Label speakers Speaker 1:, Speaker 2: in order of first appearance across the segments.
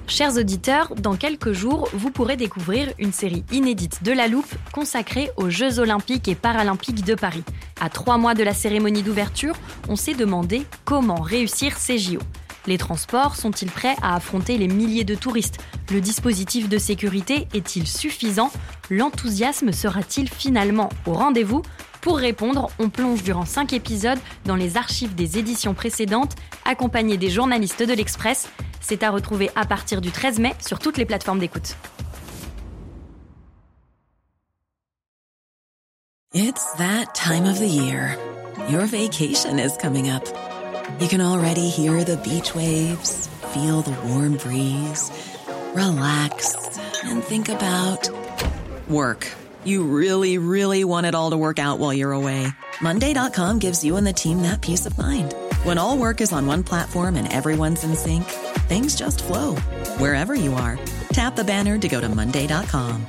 Speaker 1: Chers auditeurs, dans quelques jours, vous pourrez découvrir une série inédite de La Loupe consacrée aux Jeux Olympiques et Paralympiques de Paris. À 3 mois de la cérémonie d'ouverture, on s'est demandé comment réussir ces JO. Les transports sont-ils prêts à affronter les milliers de touristes ? Le dispositif de sécurité est-il suffisant ? L'enthousiasme sera-t-il finalement au rendez-vous ? Pour répondre, on plonge durant 5 épisodes dans les archives des éditions précédentes, accompagnés des journalistes de l'Express. C'est à retrouver à partir du 13 mai sur toutes les plateformes d'écoute.
Speaker 2: It's that time of the year. Your vacation is coming up. You can already hear the beach waves, feel the warm breeze, relax, and think about work. You really, really want it all to work out while you're away. Monday.com gives you and the team that peace of mind. When all work is on one platform and everyone's in sync, things just flow. Wherever you are, tap the banner to go to Monday.com.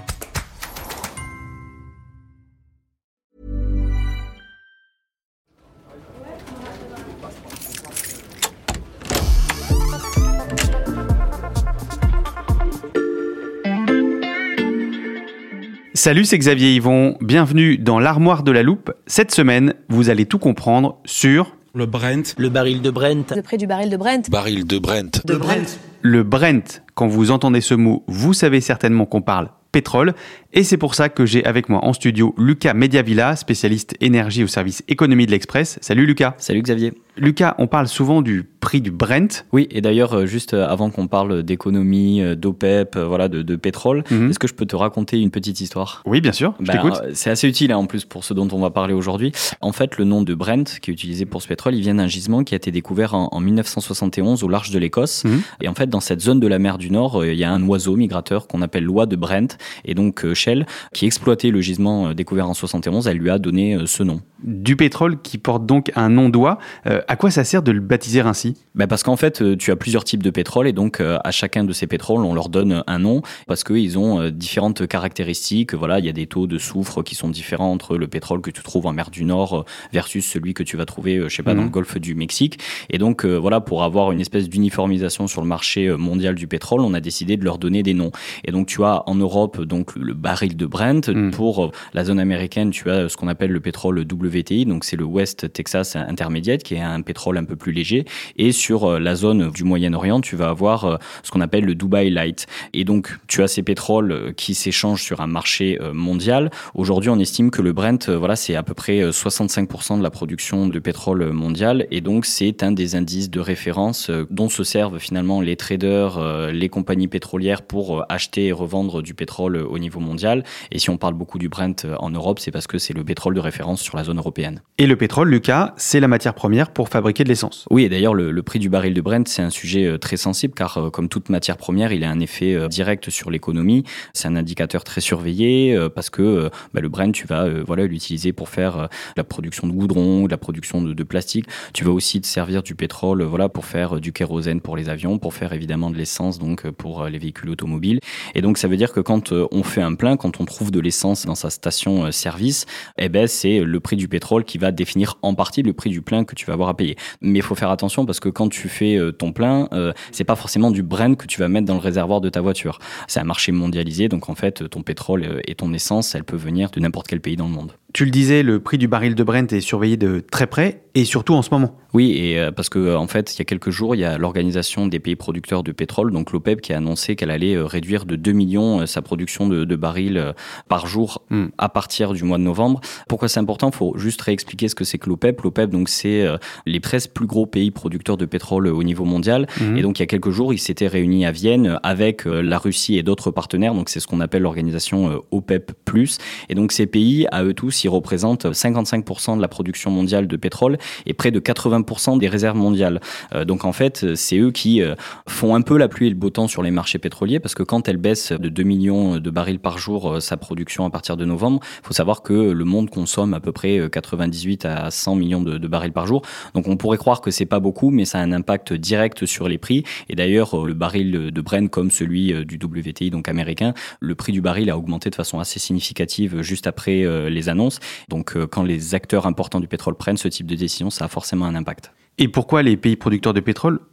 Speaker 3: Salut, c'est Xavier Yvon. Bienvenue dans l'Armoire de la Loupe. Cette semaine, vous allez tout comprendre sur
Speaker 4: le Brent,
Speaker 5: le baril de Brent,
Speaker 6: le prix du baril de Brent,
Speaker 7: baril de Brent,
Speaker 4: de Brent.
Speaker 3: Le Brent. Quand vous entendez ce mot, vous savez certainement qu'on parle pétrole. Et c'est pour ça que j'ai avec moi en studio Lucas Mediavilla, spécialiste énergie au service économie de l'Express. Salut Lucas.
Speaker 5: Salut Xavier.
Speaker 3: Lucas, on parle souvent du prix du Brent.
Speaker 5: Oui, et d'ailleurs, juste avant qu'on parle d'économie, d'OPEP, de pétrole, est-ce que je peux te raconter une petite histoire ?
Speaker 3: Oui, bien sûr, je t'écoute.
Speaker 5: C'est assez utile en plus pour ce dont on va parler aujourd'hui. En fait, le nom de Brent, qui est utilisé pour ce pétrole, il vient d'un gisement qui a été découvert en 1971 au large de l'Écosse. Et en fait, dans cette zone de la mer du Nord, il y a un oiseau migrateur qu'on appelle l'oie de Brent. Et donc, Shell, qui exploitait le gisement découvert en 71, elle lui a donné ce nom.
Speaker 3: Du pétrole qui porte donc un nom d'oie. À quoi ça sert de le baptiser ainsi ?
Speaker 5: Parce qu'en fait, tu as plusieurs types de pétrole et donc à chacun de ces pétroles, on leur donne un nom parce qu'ils ont différentes caractéristiques. Voilà, il y a des taux de soufre qui sont différents entre le pétrole que tu trouves en mer du Nord versus celui que tu vas trouver, dans le golfe du Mexique. Et donc, pour avoir une espèce d'uniformisation sur le marché mondial du pétrole, on a décidé de leur donner des noms. Et donc, tu as en Europe donc le baril de Brent. Pour la zone américaine, tu as ce qu'on appelle le pétrole WTI, donc c'est le West Texas Intermediate, qui est un pétrole un peu plus léger. Et sur la zone du Moyen-Orient, tu vas avoir ce qu'on appelle le Dubai Light. Et donc, tu as ces pétroles qui s'échangent sur un marché mondial. Aujourd'hui, on estime que le Brent, c'est à peu près 65% de la production de pétrole mondial. Et donc, c'est un des indices de référence dont se servent finalement les traders, les compagnies pétrolières pour acheter et revendre du pétrole au niveau mondial. Et si on parle beaucoup du Brent en Europe, c'est parce que c'est le pétrole de référence sur la zone européenne.
Speaker 3: Et le pétrole, Lucas, c'est la matière première pour fabriquer de l'essence.
Speaker 5: Oui, et d'ailleurs, le prix du baril de Brent, c'est un sujet très sensible car, comme toute matière première, il a un effet direct sur l'économie. C'est un indicateur très surveillé parce que le Brent, tu vas l'utiliser pour faire la production de goudron, de la production de plastique. Tu vas aussi te servir du pétrole pour faire du kérosène pour les avions, pour faire évidemment de l'essence donc pour les véhicules automobiles. Et donc, ça veut dire que quand on fait un plein, quand on trouve de l'essence dans sa station-service, c'est le prix du pétrole qui va définir en partie le prix du plein que tu vas avoir à payer. Mais il faut faire attention parce que quand tu fais ton plein, c'est pas forcément du Brent que tu vas mettre dans le réservoir de ta voiture. C'est un marché mondialisé, donc en fait, ton pétrole et ton essence, elle peut venir de n'importe quel pays dans le monde.
Speaker 3: Tu le disais, le prix du baril de Brent est surveillé de très près et surtout en ce moment.
Speaker 5: Oui, et parce que en fait, il y a quelques jours, il y a l'Organisation des pays producteurs de pétrole, donc l'OPEP, qui a annoncé qu'elle allait réduire de 2 millions sa production de barils par jour à partir du mois de novembre. Pourquoi c'est important ? Il faut juste réexpliquer ce que c'est que l'OPEP. L'OPEP, donc, c'est les presque plus gros pays producteurs de pétrole au niveau mondial. Et donc, il y a quelques jours, ils s'étaient réunis à Vienne avec la Russie et d'autres partenaires. Donc, c'est ce qu'on appelle l'organisation OPEP+. Et donc, ces pays, à eux tous, ils représentent 55% de la production mondiale de pétrole et près de 80% des réserves mondiales. Donc en fait, c'est eux qui font un peu la pluie et le beau temps sur les marchés pétroliers parce que quand elle baisse de 2 millions de barils par jour sa production à partir de novembre, il faut savoir que le monde consomme à peu près 98 à 100 millions de barils par jour. Donc on pourrait croire que c'est pas beaucoup, mais ça a un impact direct sur les prix. Et d'ailleurs, le baril de Brent comme celui du WTI, donc américain, le prix du baril a augmenté de façon assez significative juste après les annonces. Donc quand les acteurs importants du pétrole prennent ce type de décision, ça a forcément un impact.
Speaker 3: Et pourquoi les pays producteurs de pétrole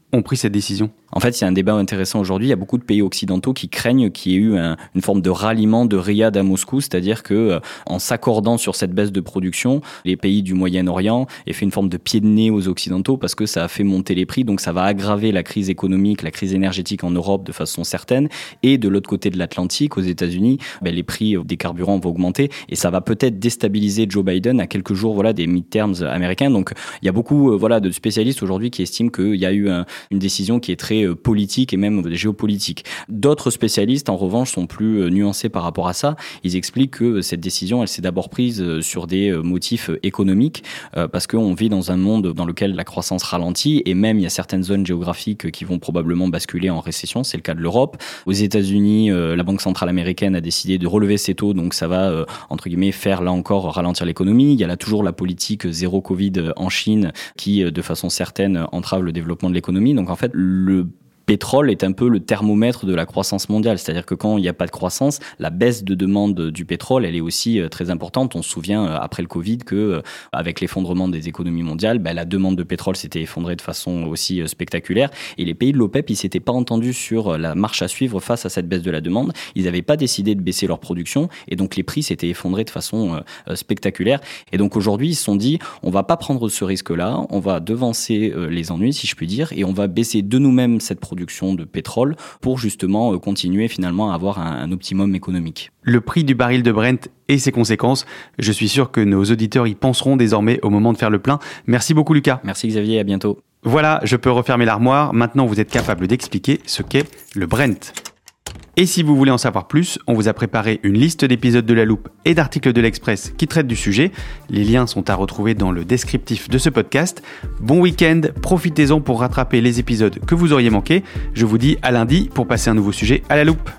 Speaker 3: ont pris cette décision ?
Speaker 5: En fait, il y a un débat intéressant aujourd'hui. Il y a beaucoup de pays occidentaux qui craignent qu'il y ait eu une forme de ralliement de Riyad à Moscou, c'est-à-dire que en s'accordant sur cette baisse de production, les pays du Moyen-Orient aient fait une forme de pied de nez aux Occidentaux parce que ça a fait monter les prix, donc ça va aggraver la crise économique, la crise énergétique en Europe de façon certaine. Et de l'autre côté de l'Atlantique, aux États-Unis, les prix des carburants vont augmenter et ça va peut-être déstabiliser Joe Biden à quelques jours des midterms américains. Donc il y a beaucoup de spécialistes aujourd'hui qui estiment qu'il y a eu une décision qui est très politique et même géopolitique. D'autres spécialistes, en revanche, sont plus nuancés par rapport à ça. Ils expliquent que cette décision, elle s'est d'abord prise sur des motifs économiques, parce qu'on vit dans un monde dans lequel la croissance ralentit et même il y a certaines zones géographiques qui vont probablement basculer en récession. C'est le cas de l'Europe. Aux États-Unis, la Banque centrale américaine a décidé de relever ses taux, donc ça va, entre guillemets, faire là encore ralentir l'économie. Il y a là toujours la politique zéro Covid en Chine qui, de façon certaine, entrave le développement de l'économie. Donc en fait, le pétrole est un peu le thermomètre de la croissance mondiale. C'est-à-dire que quand il n'y a pas de croissance, la baisse de demande du pétrole, elle est aussi très importante. On se souvient, après le Covid, que avec l'effondrement des économies mondiales, la demande de pétrole s'était effondrée de façon aussi spectaculaire. Et les pays de l'OPEP, ils s'étaient pas entendus sur la marche à suivre face à cette baisse de la demande. Ils n'avaient pas décidé de baisser leur production. Et donc, les prix s'étaient effondrés de façon spectaculaire. Et donc, aujourd'hui, ils se sont dit, on va pas prendre ce risque-là. On va devancer les ennuis, si je puis dire. Et on va baisser de nous-mêmes cette production de pétrole pour justement continuer finalement à avoir un optimum économique.
Speaker 3: Le prix du baril de Brent et ses conséquences, je suis sûr que nos auditeurs y penseront désormais au moment de faire le plein. Merci beaucoup Lucas.
Speaker 5: Merci Xavier, à bientôt.
Speaker 3: Voilà, je peux refermer l'armoire. Maintenant, vous êtes capable d'expliquer ce qu'est le Brent. Et si vous voulez en savoir plus, on vous a préparé une liste d'épisodes de La Loupe et d'articles de l'Express qui traitent du sujet. Les liens sont à retrouver dans le descriptif de ce podcast. Bon week-end, profitez-en pour rattraper les épisodes que vous auriez manqués. Je vous dis à lundi pour passer un nouveau sujet à La Loupe.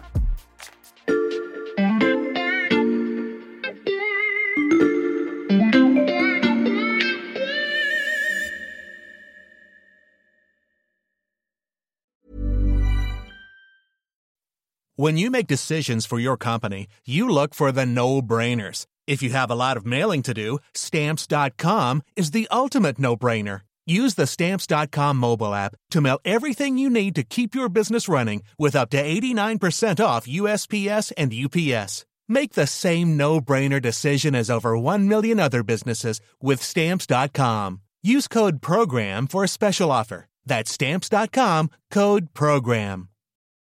Speaker 4: When you make decisions for your company, you look for the no-brainers. If you have a lot of mailing to do, Stamps.com is the ultimate no-brainer. Use the Stamps.com mobile app to mail everything you need to keep your business running with up to 89% off USPS and UPS. Make the same no-brainer decision as over 1 million other businesses with Stamps.com. Use code PROGRAM for a special offer. That's Stamps.com, code PROGRAM.